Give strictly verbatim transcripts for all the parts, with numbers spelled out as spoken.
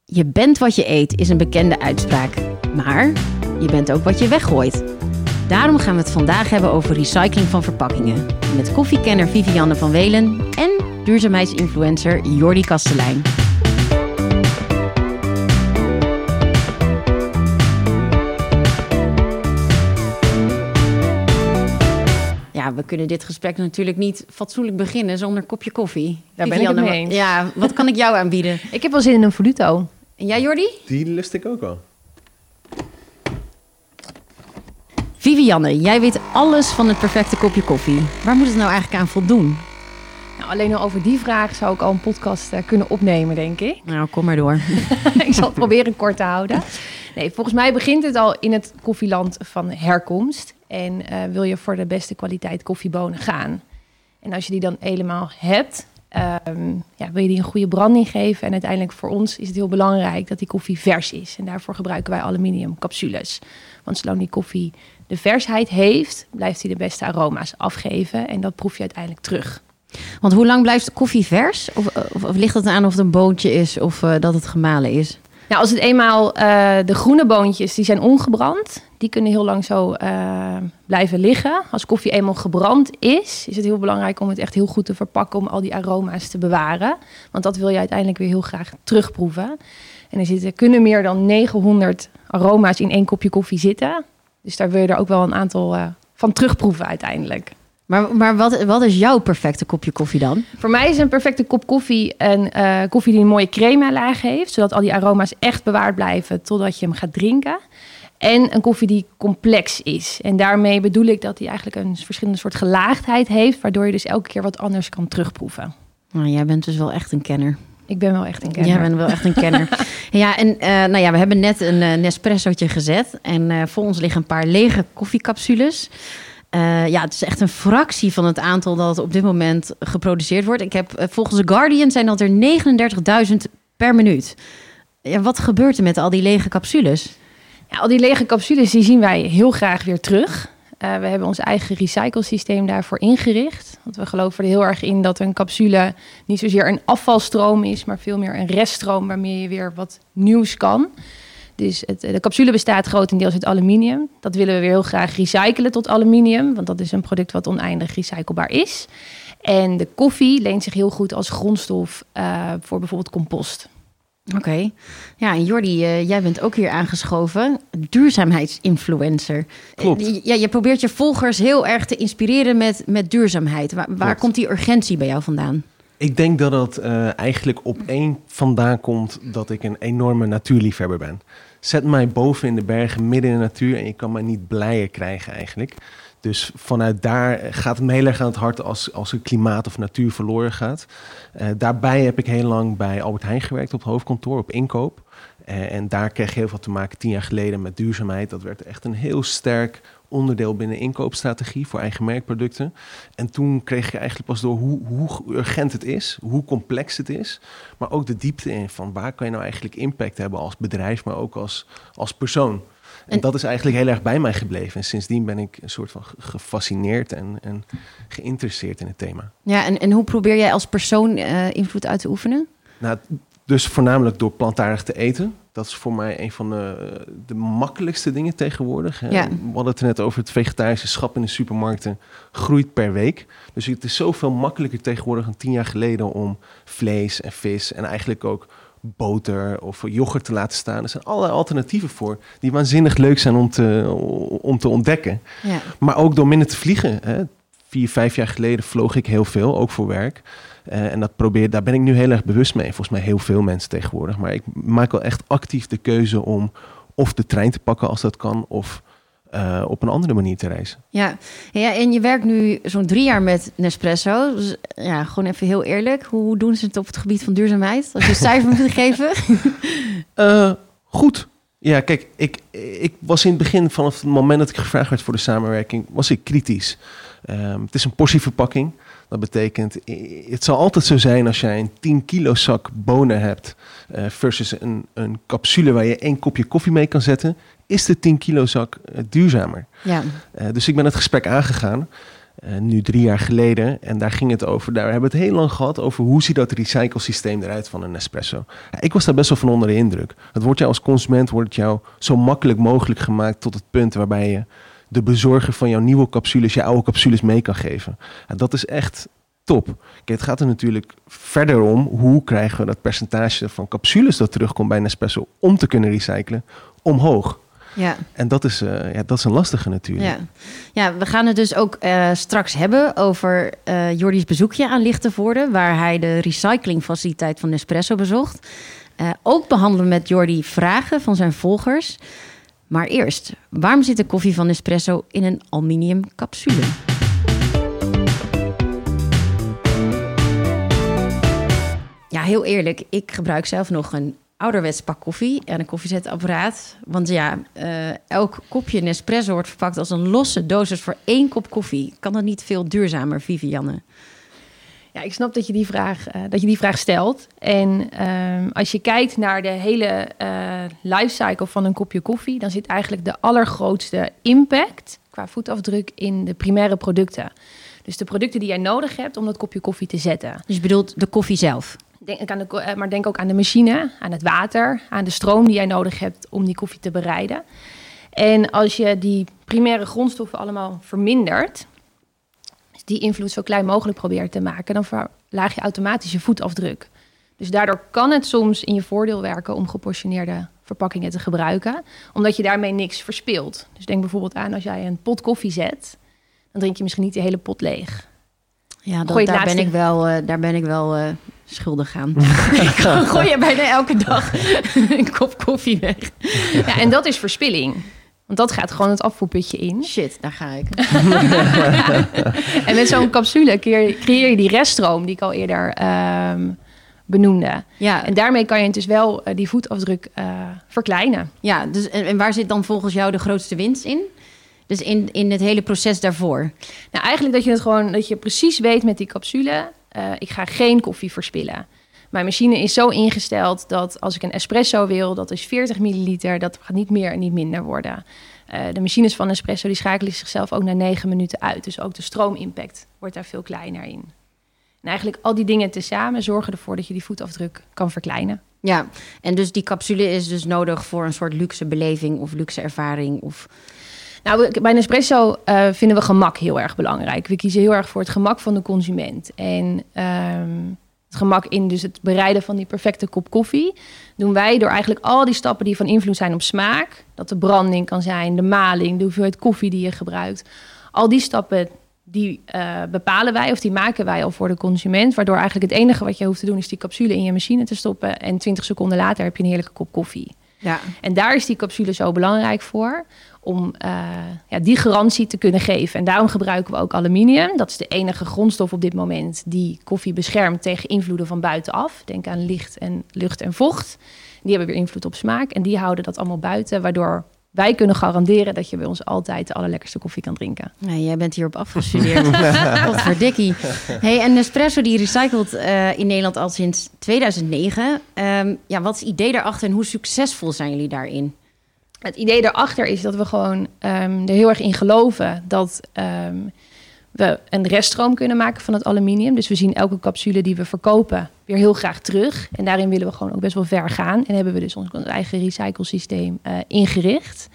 Je bent wat je eet is een bekende uitspraak. Maar je bent ook wat je weggooit. Daarom gaan we het vandaag hebben over recycling van verpakkingen. Met koffiekenner Vivianne van Welen en duurzaamheidsinfluencer Jordi Kastelein. Ja, we kunnen dit gesprek natuurlijk niet fatsoenlijk beginnen zonder een kopje koffie. Daar ben Vivianne, ik het mee eens. Ja, wat kan ik jou aanbieden? Ik heb wel zin in een Voluto. En jij, Jordi? Die lust ik ook wel. Vivianne, jij weet alles van het perfecte kopje koffie. Waar moet het nou eigenlijk aan voldoen? Nou, alleen al over die vraag zou ik al een podcast uh, kunnen opnemen, denk ik. Nou, kom maar door. Ik zal het proberen kort te houden. Nee, volgens mij begint het al in het koffieland van herkomst. En uh, wil je voor de beste kwaliteit koffiebonen gaan. En als je die dan helemaal hebt, um, ja, wil je die een goede branding geven. En uiteindelijk voor ons is het heel belangrijk dat die koffie vers is. En daarvoor gebruiken wij aluminium capsules. Want zolang die koffie de versheid heeft, blijft hij de beste aroma's afgeven. En dat proef je uiteindelijk terug. Want hoe lang blijft de koffie vers? Of, of, of ligt het aan of het een boontje is of uh, dat het gemalen is? Nou, als het eenmaal uh, de groene boontjes, die zijn ongebrand. Die kunnen heel lang zo uh, blijven liggen. Als koffie eenmaal gebrand is, is het heel belangrijk om het echt heel goed te verpakken om al die aroma's te bewaren. Want dat wil je uiteindelijk weer heel graag terugproeven. En er zitten, kunnen meer dan negenhonderd aroma's in één kopje koffie zitten. Dus daar wil je er ook wel een aantal uh, van terugproeven uiteindelijk. Maar, maar wat, wat is jouw perfecte kopje koffie dan? Voor mij is een perfecte kop koffie een uh, koffie die een mooie crema-laag heeft, zodat al die aroma's echt bewaard blijven totdat je hem gaat drinken. En een koffie die complex is. En daarmee bedoel ik dat hij eigenlijk een verschillende soort gelaagdheid heeft, waardoor je dus elke keer wat anders kan terugproeven. Nou, jij bent dus wel echt een kenner. Ik ben wel echt een kenner. Jij bent wel echt een kenner. Ja, en uh, nou ja, we hebben net een uh, Nespressootje gezet. En uh, voor ons liggen een paar lege koffiecapsules. Uh, ja, het is echt een fractie van het aantal dat op dit moment geproduceerd wordt. Ik heb, uh, volgens The Guardian zijn dat er negenendertigduizend per minuut. Ja, wat gebeurt er met al die lege capsules? Ja, al die lege capsules die zien wij heel graag weer terug. Uh, we hebben ons eigen recyclesysteem daarvoor ingericht. Want we geloven er heel erg in dat een capsule niet zozeer een afvalstroom is, maar veel meer een reststroom waarmee je weer wat nieuws kan. Dus het, de capsule bestaat grotendeels uit aluminium. Dat willen we weer heel graag recyclen tot aluminium, want dat is een product wat oneindig recyclebaar is. En de koffie leent zich heel goed als grondstof uh, voor bijvoorbeeld compost. Oké. Okay. Ja, en Jordi, uh, jij bent ook hier aangeschoven. Duurzaamheidsinfluencer. Klopt. Uh, ja, je probeert je volgers heel erg te inspireren met, met duurzaamheid. Waar, waar komt die urgentie bij jou vandaan? Ik denk dat het uh, eigenlijk op één vandaan komt dat ik een enorme natuurliefhebber ben. Zet mij boven in de bergen, midden in de natuur en je kan mij niet blijer krijgen eigenlijk. Dus vanuit daar gaat het me heel erg aan het hart als, als er klimaat of natuur verloren gaat. Uh, daarbij heb ik heel lang bij Albert Heijn gewerkt op het hoofdkantoor, op inkoop. Uh, en daar kreeg je heel veel te maken tien jaar geleden met duurzaamheid. Dat werd echt een heel sterk onderdeel binnen de inkoopstrategie voor eigen merkproducten. En toen kreeg je eigenlijk pas door hoe, hoe urgent het is, hoe complex het is. Maar ook de diepte in van waar kan je nou eigenlijk impact hebben als bedrijf, maar ook als, als persoon. En, en dat is eigenlijk heel erg bij mij gebleven. En sindsdien ben ik een soort van gefascineerd en, en geïnteresseerd in het thema. Ja, en, en hoe probeer jij als persoon uh, invloed uit te oefenen? Nou, dus voornamelijk door plantaardig te eten. Dat is voor mij een van de, de makkelijkste dingen tegenwoordig. Ja. We hadden het er net over het vegetarische schap in de supermarkten groeit per week. Dus het is zoveel makkelijker tegenwoordig dan tien jaar geleden om vlees en vis en eigenlijk ook boter of yoghurt te laten staan. Er zijn allerlei alternatieven voor die waanzinnig leuk zijn om te, om te ontdekken. Ja. Maar ook door minder te vliegen. Hè. Vier, vijf jaar geleden vloog ik heel veel, ook voor werk. Uh, en dat probeer, daar ben ik nu heel erg bewust mee. Volgens mij heel veel mensen tegenwoordig. Maar ik maak wel echt actief de keuze om of de trein te pakken als dat kan, of uh, op een andere manier te reizen. Ja. Ja, en je werkt nu zo'n drie jaar met Nespresso. Dus ja, gewoon even heel eerlijk. Hoe doen ze het op het gebied van duurzaamheid? Als je een cijfer moet geven. Uh, goed. Ja, kijk, ik, ik was in het begin, vanaf het moment dat ik gevraagd werd voor de samenwerking, was ik kritisch. Um, het is een portieverpakking. Dat betekent, het zal altijd zo zijn als jij een tien kilo zak bonen hebt uh, versus een, een capsule waar je één kopje koffie mee kan zetten, is de tien kilo zak uh, duurzamer. Ja. Uh, dus ik ben het gesprek aangegaan. Uh, nu drie jaar geleden. En daar ging het over. Daar hebben we het heel lang gehad over hoe ziet dat recyclesysteem eruit van een Nespresso. Ja, ik was daar best wel van onder de indruk. Het wordt jou als consument wordt jou zo makkelijk mogelijk gemaakt tot het punt waarbij je de bezorger van jouw nieuwe capsules je oude capsules mee kan geven. Ja, dat is echt top. Kijk, het gaat er natuurlijk verder om hoe krijgen we dat percentage van capsules dat terugkomt bij Nespresso om te kunnen recyclen omhoog. Ja. En dat is, uh, ja, dat is een lastige natuurlijk. Ja, ja we gaan het dus ook uh, straks hebben over uh, Jordi's bezoekje aan Lichtenvoorde, waar hij de recyclingfaciliteit van Nespresso bezocht. Uh, ook behandelen met Jordi vragen van zijn volgers. Maar eerst, waarom zit de koffie van Nespresso in een aluminium capsule? Ja, heel eerlijk, ik gebruik zelf nog een ouderwets pak koffie en een koffiezetapparaat. Want ja, uh, elk kopje Nespresso wordt verpakt als een losse dosis voor één kop koffie. Kan dat niet veel duurzamer, Vivianne? Ja, ik snap dat je die vraag, uh, dat je die vraag stelt. En um, als je kijkt naar de hele uh, lifecycle van een kopje koffie, dan zit eigenlijk de allergrootste impact qua voetafdruk in de primaire producten. Dus de producten die jij nodig hebt om dat kopje koffie te zetten. Dus je bedoelt de koffie zelf? Denk aan de, maar denk ook aan de machine, aan het water, aan de stroom die jij nodig hebt om die koffie te bereiden. En als je die primaire grondstoffen allemaal vermindert, dus die invloed zo klein mogelijk probeert te maken, dan verlaag je automatisch je voetafdruk. Dus daardoor kan het soms in je voordeel werken om geportioneerde verpakkingen te gebruiken, omdat je daarmee niks verspilt. Dus denk bijvoorbeeld aan als jij een pot koffie zet, dan drink je misschien niet de hele pot leeg. Ja, dat, daar, laatste... ben ik wel, uh, daar ben ik wel uh, schuldig aan. Gooi je bijna elke dag een kop koffie weg. Ja, en dat is verspilling. Want dat gaat gewoon het afvoerputje in. Shit, daar ga ik. En met zo'n capsule creëer je die reststroom die ik al eerder um, benoemde. Ja. En daarmee kan je dus wel uh, die voetafdruk uh, verkleinen. Ja, dus, en, en waar zit dan volgens jou de grootste winst in? Dus in, in het hele proces daarvoor? Nou, eigenlijk dat je het gewoon, dat je precies weet met die capsule, uh, ik ga geen koffie verspillen. Mijn machine is zo ingesteld dat als ik een espresso wil, dat is veertig milliliter, dat gaat niet meer en niet minder worden. Uh, de machines van Nespresso die schakelen zichzelf ook na negen minuten uit. Dus ook de stroomimpact wordt daar veel kleiner in. En eigenlijk al die dingen tezamen zorgen ervoor dat je die voetafdruk kan verkleinen. Ja, en dus die capsule is dus nodig voor een soort luxe beleving of luxe ervaring of... Nou, bij Nespresso uh, vinden we gemak heel erg belangrijk. We kiezen heel erg voor het gemak van de consument. En um, het gemak in dus het bereiden van die perfecte kop koffie doen wij door eigenlijk al die stappen die van invloed zijn op smaak. Dat de branding kan zijn, de maling, de hoeveelheid koffie die je gebruikt. Al die stappen die uh, bepalen wij of die maken wij al voor de consument. Waardoor eigenlijk het enige wat je hoeft te doen is die capsule in je machine te stoppen. En twintig seconden later heb je een heerlijke kop koffie. Ja. En daar is die capsule zo belangrijk voor, om uh, ja, die garantie te kunnen geven. En daarom gebruiken we ook aluminium. Dat is de enige grondstof op dit moment die koffie beschermt tegen invloeden van buitenaf. Denk aan licht en lucht en vocht. Die hebben weer invloed op smaak en die houden dat allemaal buiten, waardoor wij kunnen garanderen dat je bij ons altijd de allerlekkerste koffie kan drinken. Nee, jij bent hierop afgestudeerd. Potverdikkie. Hey, en Nespresso die recycelt uh, in Nederland al sinds tweeduizend negen. Um, ja, wat is het idee daarachter en hoe succesvol zijn jullie daarin? Het idee daarachter is dat we gewoon um, er heel erg in geloven dat um, we een reststroom kunnen maken van het aluminium. Dus we zien elke capsule die we verkopen weer heel graag terug. En daarin willen we gewoon ook best wel ver gaan. En hebben we dus ons, ons eigen recyclesysteem uh, ingericht.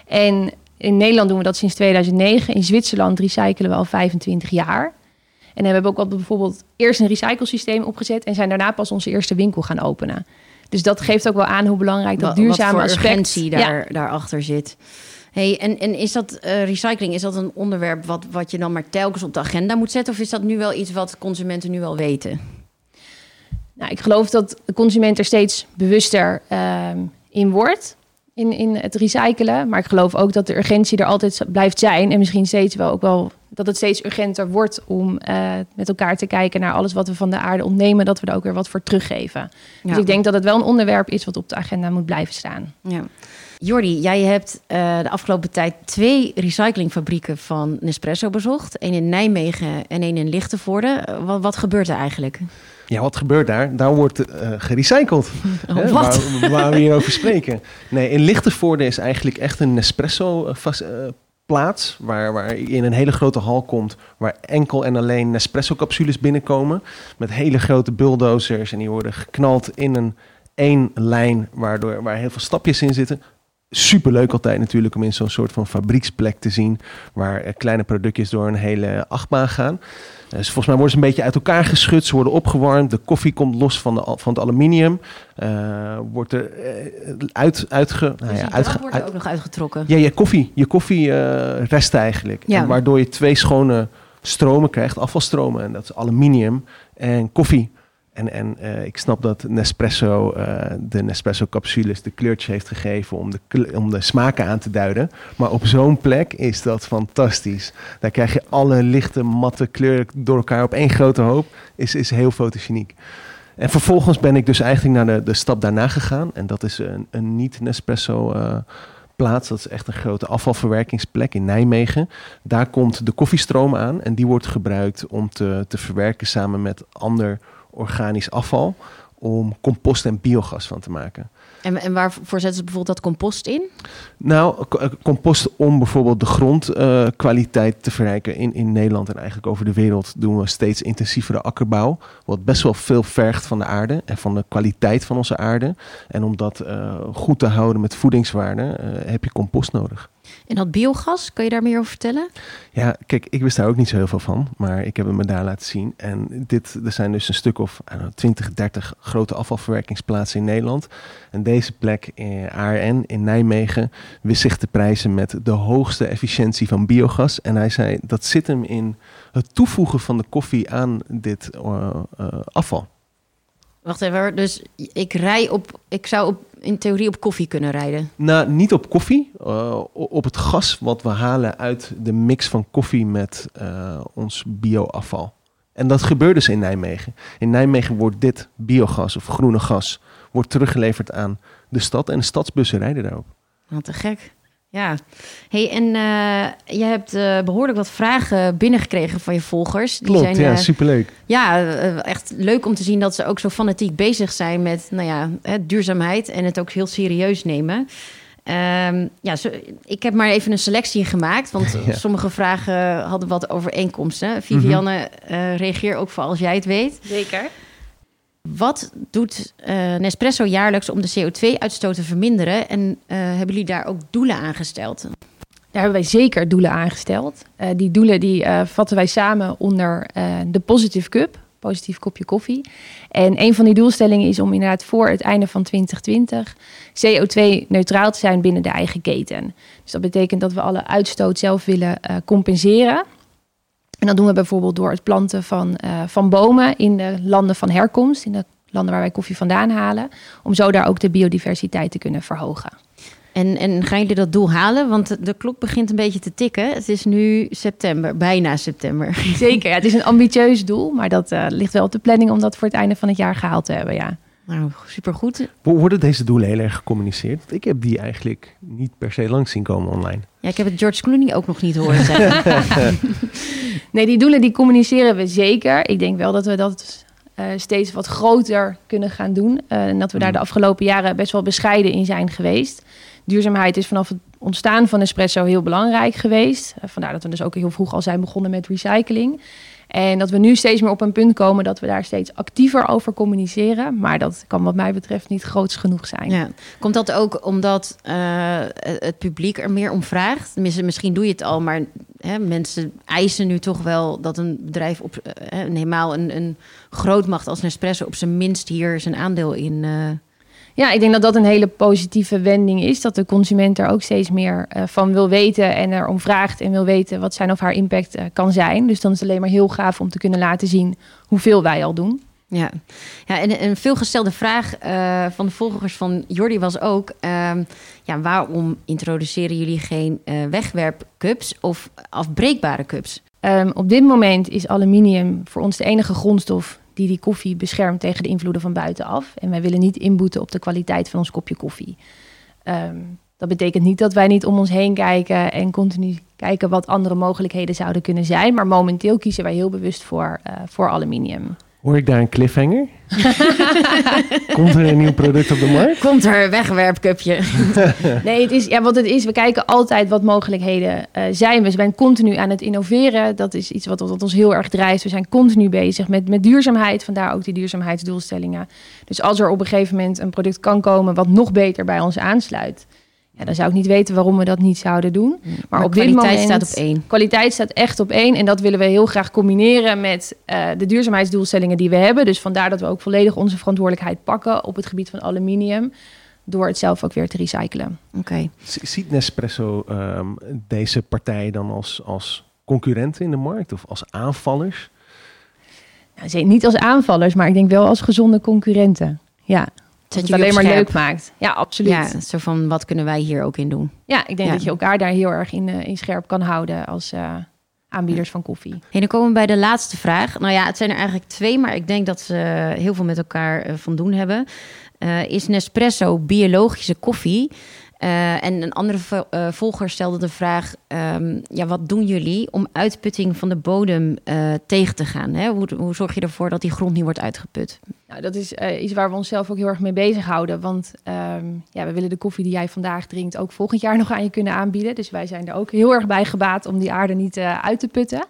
En in Nederland doen we dat sinds tweeduizend negen. In Zwitserland recyclen we al vijfentwintig jaar. En we hebben ook al bijvoorbeeld eerst een recyclesysteem opgezet en zijn daarna pas onze eerste winkel gaan openen. Dus dat geeft ook wel aan hoe belangrijk dat duurzame wat voor aspect urgentie daar, ja. daarachter zit. Hey, en, en is dat uh, recycling, is dat een onderwerp wat, wat je dan maar telkens op de agenda moet zetten? Of is dat nu wel iets wat consumenten nu wel weten? Nou, ik geloof dat de consument er steeds bewuster uh, in wordt in, in het recyclen. Maar ik geloof ook dat de urgentie er altijd blijft zijn. En misschien steeds wel ook wel dat het steeds urgenter wordt om uh, met elkaar te kijken naar alles wat we van de aarde ontnemen, dat we er ook weer wat voor teruggeven. Ja. Dus ik denk dat het wel een onderwerp is wat op de agenda moet blijven staan. Ja. Jordi, jij hebt uh, de afgelopen tijd twee recyclingfabrieken van Nespresso bezocht. Eén in Nijmegen en één in Lichtenvoorde. Uh, wat, wat gebeurt er eigenlijk? Ja, wat gebeurt daar? Daar wordt uh, gerecycled. Oh, hè, wat? Waar, waar we hier over spreken. Nee, in Lichtenvoorde is eigenlijk echt een Nespresso uh, plaats waar, waar je in een hele grote hal komt, waar enkel en alleen Nespresso-capsules binnenkomen, met hele grote bulldozers en die worden geknald in een één lijn, waardoor, waar heel veel stapjes in zitten. Superleuk altijd natuurlijk om in zo'n soort van fabrieksplek te zien, waar uh, kleine productjes door een hele achtbaan gaan. Uh, dus volgens mij worden ze een beetje uit elkaar geschud, ze worden opgewarmd, de koffie komt los van, de, van het aluminium, uh, wordt er uh, uit, uitge... Dus nou ja, die uitge drank wordt er ook nog uitgetrokken. Ja, je koffie, je koffie uh, rest eigenlijk. Ja. En waardoor je twee schone stromen krijgt, afvalstromen, en dat is aluminium en koffie. En, en uh, ik snap dat Nespresso uh, de Nespresso-capsules de kleurtjes heeft gegeven om de, kle- om de smaken aan te duiden. Maar op zo'n plek is dat fantastisch. Daar krijg je alle lichte, matte kleuren door elkaar op één grote hoop. Is, is heel fotogeniek. En vervolgens ben ik dus eigenlijk naar de, de stap daarna gegaan. En dat is een, een niet-Nespresso uh, plaats. Dat is echt een grote afvalverwerkingsplek in Nijmegen. Daar komt de koffiestroom aan. En die wordt gebruikt om te, te verwerken samen met ander organisch afval, om compost en biogas van te maken. En, en waarvoor zetten ze bijvoorbeeld dat compost in? Nou, k- compost om bijvoorbeeld de grondkwaliteit uh, te verrijken. In, in Nederland en eigenlijk over de wereld doen we steeds intensievere akkerbouw, wat best wel veel vergt van de aarde en van de kwaliteit van onze aarde. En om dat uh, goed te houden met voedingswaarde, uh, heb je compost nodig. En dat biogas, kan je daar meer over vertellen? Ja, kijk, ik wist daar ook niet zo heel veel van, maar ik heb het me daar laten zien. En dit, er zijn dus een stuk of know, twintig, dertig grote afvalverwerkingsplaatsen in Nederland. En deze plek, in A R N in Nijmegen, wist zich te prijzen met de hoogste efficiëntie van biogas. En hij zei, dat zit hem in het toevoegen van de koffie aan dit uh, uh, afval. Wacht even, dus ik rij op, ik zou op, in theorie op koffie kunnen rijden. Nou, niet op koffie, uh, op het gas wat we halen uit de mix van koffie met uh, ons bioafval. En dat gebeurt dus in Nijmegen. In Nijmegen wordt dit biogas of groene gas wordt teruggeleverd aan de stad en de stadsbussen rijden daarop. Wat te gek. Ja. Hey, en uh, je hebt uh, behoorlijk wat vragen binnengekregen van je volgers. Die Klopt, zijn, ja, uh, superleuk. Ja, uh, echt leuk om te zien dat ze ook zo fanatiek bezig zijn met nou ja, hè, duurzaamheid en het ook heel serieus nemen. Um, ja, zo, ik heb maar even een selectie gemaakt, want Ja. sommige vragen hadden wat overeenkomsten. Vivianne, mm-hmm. uh, reageer ook voor als jij het weet. Zeker. Wat doet uh, Nespresso jaarlijks om de C O twee uitstoot te verminderen? En uh, hebben jullie daar ook doelen aangesteld? Daar hebben wij zeker doelen aangesteld. Uh, die doelen die uh, vatten wij samen onder uh, de Positive Cup, positief kopje koffie. En een van die doelstellingen is om inderdaad voor het einde van twintig twintig C O twee neutraal te zijn binnen de eigen keten. Dus dat betekent dat we alle uitstoot zelf willen uh, compenseren. En dat doen we bijvoorbeeld door het planten van, uh, van bomen in de landen van herkomst, in de landen waar wij koffie vandaan halen, om zo daar ook de biodiversiteit te kunnen verhogen. En, en gaan jullie dat doel halen? Want de klok begint een beetje te tikken. Het is nu september, bijna september. Zeker, ja, het is een ambitieus doel, maar dat uh, ligt wel op de planning om dat voor het einde van het jaar gehaald te hebben, ja. Nou, supergoed. Worden deze doelen heel erg gecommuniceerd? Ik heb die eigenlijk niet per se langs zien komen online. Ja, ik heb het George Clooney ook nog niet horen zeggen. Nee, die doelen die communiceren we zeker. Ik denk wel dat we dat uh, steeds wat groter kunnen gaan doen. Uh, en dat we daar de afgelopen jaren best wel bescheiden in zijn geweest. Duurzaamheid is vanaf het ontstaan van Nespresso heel belangrijk geweest. Uh, vandaar dat we dus ook heel vroeg al zijn begonnen met recycling. En dat we nu steeds meer op een punt komen dat we daar steeds actiever over communiceren. Maar dat kan wat mij betreft niet groots genoeg zijn. Ja. Komt dat ook omdat uh, het publiek er meer om vraagt? Misschien doe je het al, maar hè, mensen eisen nu toch wel dat een bedrijf op uh, helemaal een, een grootmacht als Nespresso op zijn minst hier zijn aandeel in... Uh... Ja, ik denk dat dat een hele positieve wending is. Dat de consument er ook steeds meer uh, van wil weten en erom vraagt en wil weten wat zijn of haar impact uh, kan zijn. Dus dan is het alleen maar heel gaaf om te kunnen laten zien hoeveel wij al doen. Ja, ja en een veelgestelde vraag uh, van de volgers van Jordi was ook... Uh, ja, waarom introduceren jullie geen uh, wegwerpcups of afbreekbare cups? Um, op dit moment is aluminium voor ons de enige grondstof die die koffie beschermt tegen de invloeden van buitenaf. En wij willen niet inboeten op de kwaliteit van ons kopje koffie. Um, dat betekent niet dat wij niet om ons heen kijken en continu kijken wat andere mogelijkheden zouden kunnen zijn. Maar momenteel kiezen wij heel bewust voor, uh, voor aluminium. Hoor ik daar een cliffhanger? Komt er een nieuw product op de markt? Komt er een wegwerpcupje? Nee, het is, ja, wat het is, we kijken altijd wat mogelijkheden uh, zijn. We zijn continu aan het innoveren. Dat is iets wat, wat ons heel erg drijft. We zijn continu bezig met, met duurzaamheid. Vandaar ook die duurzaamheidsdoelstellingen. Dus als er op een gegeven moment een product kan komen wat nog beter bij ons aansluit, ja, dan zou ik niet weten waarom we dat niet zouden doen. Maar, maar op kwaliteit dit moment staat op één. Kwaliteit staat echt op één. En dat willen we heel graag combineren met uh, de duurzaamheidsdoelstellingen die we hebben. Dus vandaar dat we ook volledig onze verantwoordelijkheid pakken op het gebied van aluminium, door het zelf ook weer te recyclen. Oké. Okay. Ziet Nespresso um, deze partij dan als, als concurrenten in de markt of als aanvallers? Nou, niet als aanvallers, maar ik denk wel als gezonde concurrenten. Ja. Dat het alleen maar leuk maakt. Ja, absoluut. Ja, zo van, wat kunnen wij hier ook in doen? Ja, ik denk ja. dat je elkaar daar heel erg in, uh, in scherp kan houden als uh, aanbieders ja. van koffie. Hey, dan komen we bij de laatste vraag. Nou ja, het zijn er eigenlijk twee, maar ik denk dat ze heel veel met elkaar uh, van doen hebben. Uh, is Nespresso biologische koffie? Uh, en een andere vo- uh, volger stelde de vraag, um, ja, wat doen jullie om uitputting van de bodem uh, tegen te gaan? Hè? Hoe, hoe zorg je ervoor dat die grond niet wordt uitgeput? Nou, dat is uh, iets waar we onszelf ook heel erg mee bezighouden. Want um, ja, we willen de koffie die jij vandaag drinkt ook volgend jaar nog aan je kunnen aanbieden. Dus wij zijn er ook heel erg bij gebaat om die aarde niet uh, uit te putten.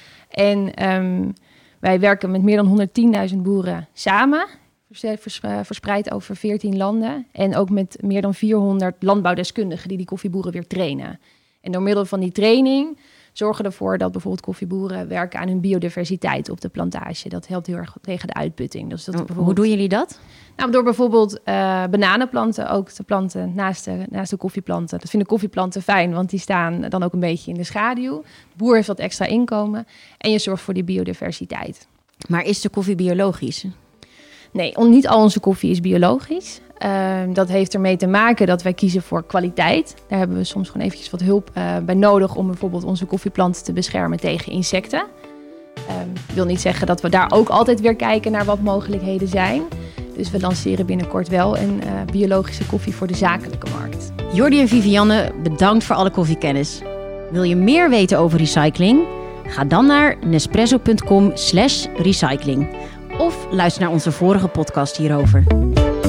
En um, wij werken met meer dan honderdtienduizend boeren samen, verspreid over veertien landen. En ook met meer dan vierhonderd landbouwdeskundigen die die koffieboeren weer trainen. En door middel van die training zorgen ervoor dat bijvoorbeeld koffieboeren werken aan hun biodiversiteit op de plantage. Dat helpt heel erg tegen de uitputting. Dus dat bijvoorbeeld... Hoe doen jullie dat? Nou, door bijvoorbeeld uh, bananenplanten ook te planten naast de, naast de koffieplanten. Dat vinden koffieplanten fijn, want die staan dan ook een beetje in de schaduw. De boer heeft wat extra inkomen en je zorgt voor die biodiversiteit. Maar is de koffie biologisch? Nee, on, niet al onze koffie is biologisch. Uh, dat heeft ermee te maken dat wij kiezen voor kwaliteit. Daar hebben we soms gewoon eventjes wat hulp uh, bij nodig om bijvoorbeeld onze koffieplanten te beschermen tegen insecten. Uh, ik wil niet zeggen dat we daar ook altijd weer kijken naar wat mogelijkheden zijn. Dus we lanceren binnenkort wel een uh, biologische koffie voor de zakelijke markt. Jordi en Vivianne, bedankt voor alle koffiekennis. Wil je meer weten over recycling? Ga dan naar nespresso punt com slash recycling. Of luister naar onze vorige podcast hierover.